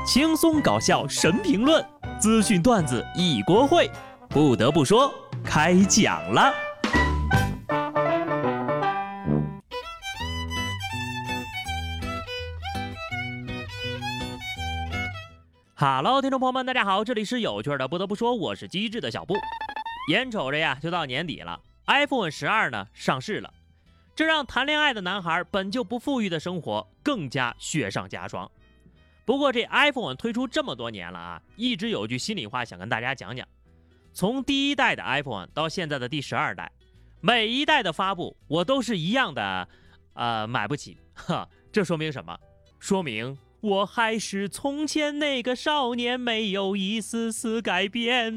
轻松搞笑神评论，资讯段子一锅烩。不得不说，开讲了。Hello， 听众朋友们，大家好，这里是有趣的。不得不说，我是机智的小布。眼瞅着呀，就到年底了 ，iPhone 12呢上市了，这让谈恋爱的男孩本就不富裕的生活更加雪上加霜。不过这 iPhone 推出这么多年了啊，一直有句心里话想跟大家讲讲。从第一代的 iPhone 到现在的第12代，每一代的发布我都是一样的，买不起。这说明什么？说明我还是从前那个少年，没有一丝丝改变。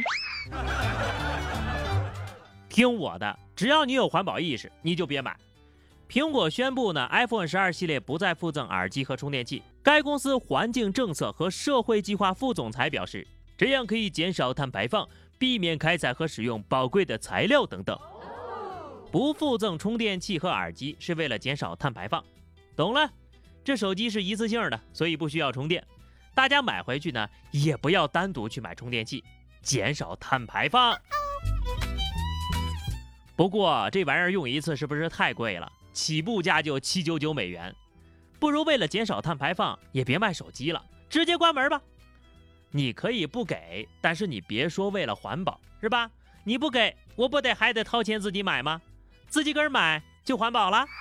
听我的，只要你有环保意识，你就别买。苹果宣布呢 ，iPhone 12系列不再附赠耳机和充电器。该公司环境政策和社会计划副总裁表示，这样可以减少碳排放，避免开采和使用宝贵的材料等等。不附赠充电器和耳机是为了减少碳排放。懂了，这手机是一次性的，所以不需要充电。大家买回去呢，也不要单独去买充电器，减少碳排放。不过这玩意儿用一次是不是太贵了？起步价就799美元，不如为了减少碳排放，也别卖手机了，直接关门吧。你可以不给，但是你别说为了环保，是吧？你不给，我不得还得掏钱自己买吗？自己个儿买就环保了。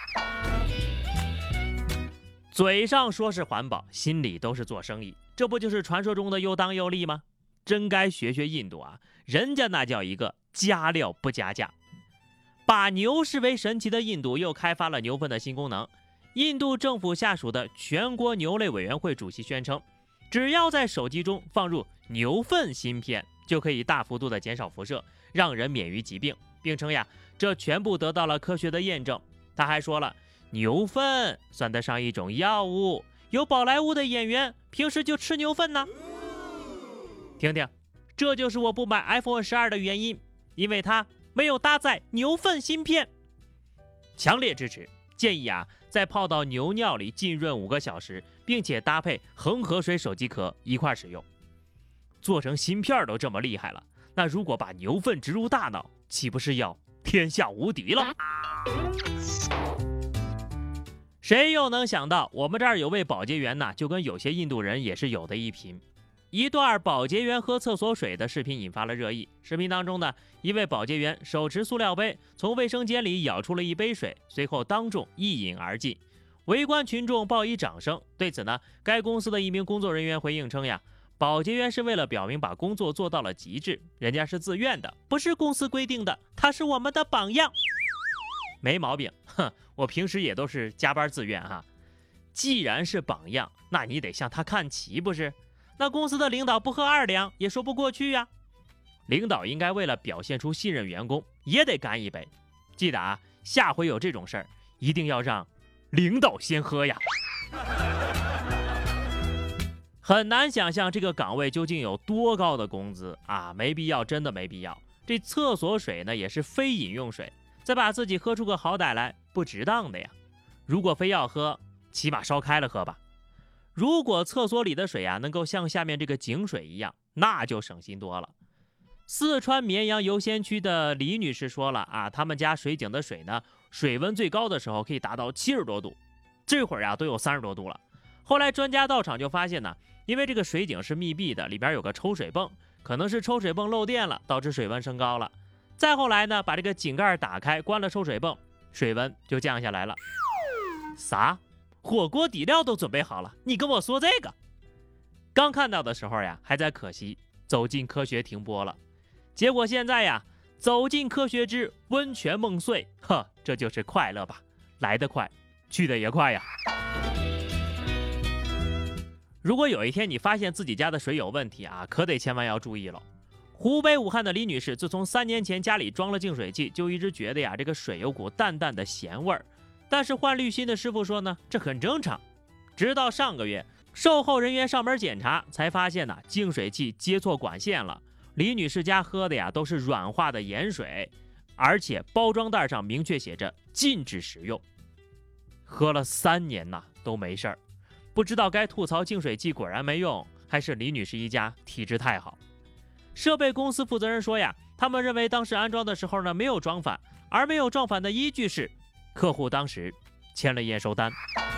嘴上说是环保，心里都是做生意，这不就是传说中的又当又立吗？真该学学印度啊，人家那叫一个加料不加价。把牛视为神奇的印度又开发了牛粪的新功能。印度政府下属的全国牛类委员会主席宣称，只要在手机中放入牛粪芯片，就可以大幅度的减少辐射，让人免于疾病，并称呀，这全部得到了科学的验证。他还说了，牛粪算得上一种药物，有宝莱坞的演员平时就吃牛粪呢。听听，这就是我不买 iPhone 12的原因，因为它没有搭载牛粪芯片。强烈支持，建议啊，在泡到牛尿里浸润5个小时，并且搭配恒河水手机壳一块使用。做成芯片都这么厉害了，那如果把牛粪植入大脑，岂不是要天下无敌了？谁又能想到我们这儿有位保洁员呢，就跟有些印度人也是有的一拼。一段保洁员喝厕所水的视频引发了热议。视频当中呢，一位保洁员手持塑料杯从卫生间里舀出了一杯水，随后当众一饮而尽，围观群众报以掌声。对此呢，该公司的一名工作人员回应称呀，保洁员是为了表明把工作做到了极致，人家是自愿的，不是公司规定的，他是我们的榜样。没毛病，我平时也都是加班自愿哈。既然是榜样，那你得向他看齐，不是？那公司的领导不喝2两也说不过去呀。领导应该为了表现出信任员工，也得干一杯。记得啊，下回有这种事儿，一定要让领导先喝呀。很难想象这个岗位究竟有多高的工资啊！没必要，真的没必要。这厕所水呢也是非饮用水，再把自己喝出个好歹来，不值当的呀。如果非要喝，起码烧开了喝吧。如果厕所里的水啊能够像下面这个井水一样，那就省心多了。四川绵阳游仙区的李女士说了啊，他们家水井的水呢，水温最高的时候可以达到70多度，这会儿啊都有30多度了。后来专家到场就发现呢，因为这个水井是密闭的，里边有个抽水泵，可能是抽水泵漏电了，导致水温升高了。再后来呢，把这个井盖打开，关了抽水泵，水温就降下来了。啥？火锅底料都准备好了，你跟我说这个？刚看到的时候呀，还在可惜，走进科学停播了。结果现在呀，走进科学之温泉梦碎，这就是快乐吧？来得快，去得也快呀。如果有一天你发现自己家的水有问题啊，可得千万要注意了。湖北武汉的李女士，自从3年前家里装了净水器，就一直觉得呀，这个水有股淡淡的咸味儿。但是换滤芯的师傅说呢，这很正常。直到上个月，售后人员上门检查，才发现呢，净水器接错管线了。李女士家喝的呀都是软化的盐水，而且包装袋上明确写着禁止食用。喝了3年呐都没事儿，不知道该吐槽净水器果然没用， 还是李女士一家体质太好。设备公司负责人说呀，他们认为当时安装的时候呢没有撞反，而没有撞反的依据是客户当时签了验收单。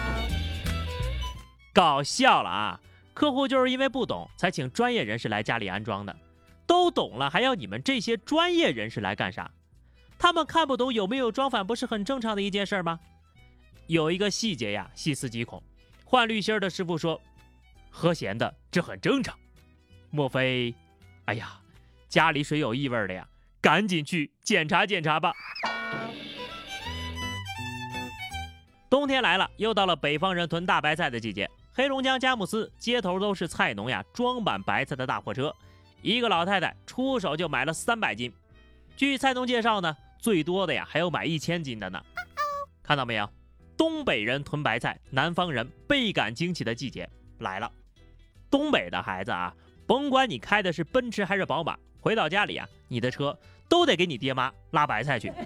搞笑了啊！客户就是因为不懂才请专业人士来家里安装的，都懂了还要你们这些专业人士来干啥？他们看不懂有没有装反不是很正常的一件事吗？有一个细节呀细思极恐，换滤芯的师傅说和弦的这很正常，莫非哎呀家里水有异味的呀，赶紧去检查检查吧。冬天来了，又到了北方人囤大白菜的季节。黑龙江佳木斯街头都是菜农呀装满白菜的大货车，一个老太太出手就买了300斤。据菜农介绍呢，最多的呀还有买1000斤的呢。看到没有，东北人囤白菜，南方人倍感惊奇的季节来了。东北的孩子啊，甭管你开的是奔驰还是宝马，回到家里啊，你的车都得给你爹妈拉白菜去。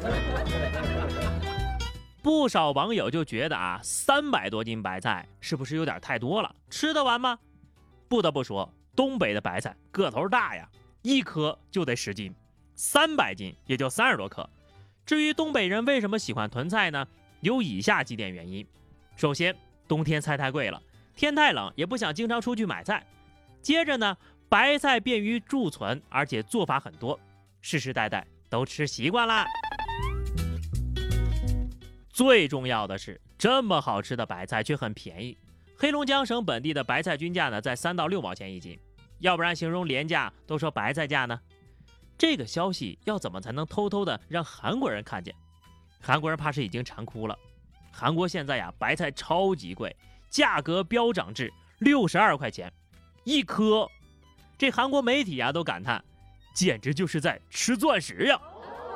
不少网友就觉得啊，300多斤白菜是不是有点太多了？吃得完吗？不得不说，东北的白菜个头大呀，一颗就得10斤，300斤也就30多克。至于东北人为什么喜欢囤菜呢？有以下几点原因。首先，冬天菜太贵了，天太冷也不想经常出去买菜。接着呢，白菜便于贮存，而且做法很多，世世代代都吃习惯啦。最重要的是，这么好吃的白菜却很便宜。黑龙江省本地的白菜均价呢，在3到6毛钱一斤，要不然形容廉价都说白菜价呢。这个消息要怎么才能偷偷的让韩国人看见？韩国人怕是已经馋哭了。韩国现在呀，白菜超级贵，价格飙涨至62块钱一颗。这韩国媒体呀都感叹，简直就是在吃钻石呀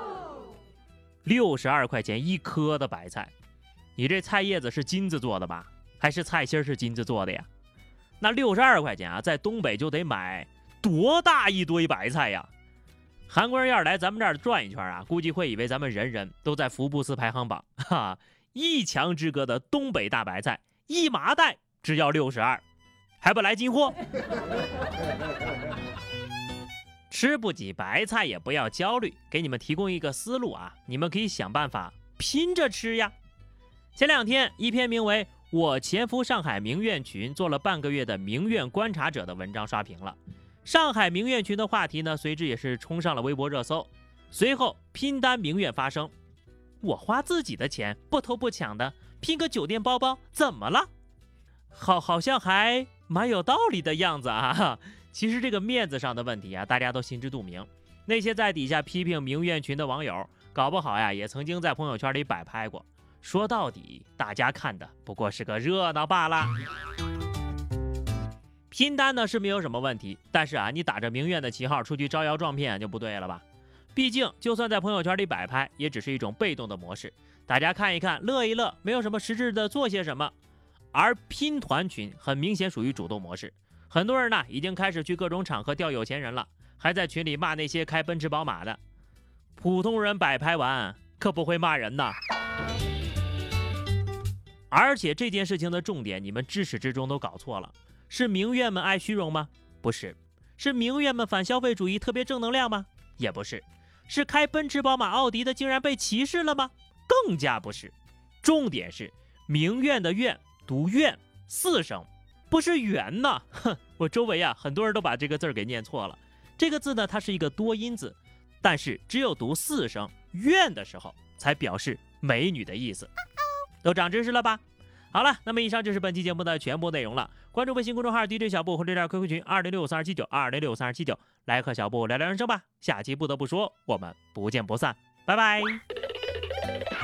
！62块钱一颗的白菜，你这菜叶子是金子做的吧？还是菜心是金子做的呀？那62块钱啊，在东北就得买多大一堆白菜呀？韩国人要是来咱们这儿转一圈啊，估计会以为咱们人人都在福布斯排行榜，一墙之隔的东北大白菜，一麻袋只要62，还不来进货？吃不起白菜也不要焦虑，给你们提供一个思路啊，你们可以想办法拼着吃呀。前2天，一篇名为《我潜伏上海名苑群做了半个月的名苑观察者》的文章刷屏了。上海名苑群的话题呢，随之也是冲上了微博热搜。随后，拼单名苑发声：我花自己的钱，不偷不抢的，拼个酒店包包怎么了？好像还蛮有道理的样子啊。其实这个面子上的问题啊，大家都心知肚明。那些在底下批评名苑群的网友，搞不好呀，也曾经在朋友圈里摆拍过。说到底，大家看的不过是个热闹罢了。拼单呢是没有什么问题，但是啊，你打着名苑的旗号出去招摇撞骗就不对了吧？毕竟，就算在朋友圈里摆拍，也只是一种被动的模式，大家看一看，乐一乐，没有什么实质的做些什么。而拼团群很明显属于主动模式。很多人呢已经开始去各种场合钓有钱人了，还在群里骂那些开奔驰宝马的。普通人摆拍完可不会骂人呐。而且这件事情的重点，你们至始至终都搞错了。是名媛们爱虚荣吗？不是。是名媛们反消费主义特别正能量吗？也不是。是开奔驰宝马奥迪的竟然被歧视了吗？更加不是。重点是名媛的媛读苑4声，不是圆呐。我周围啊很多人都把这个字给念错了。这个字呢，它是一个多音字，但是只有读4声苑的时候才表示美女的意思。都长知识了吧？好了，那么以上就是本期节目的全部内容了。关注微信公众号 DJ 小布或者加 QQ 群206329206379，来和小布聊聊人生吧。下期不得不说，我们不见不散，拜拜。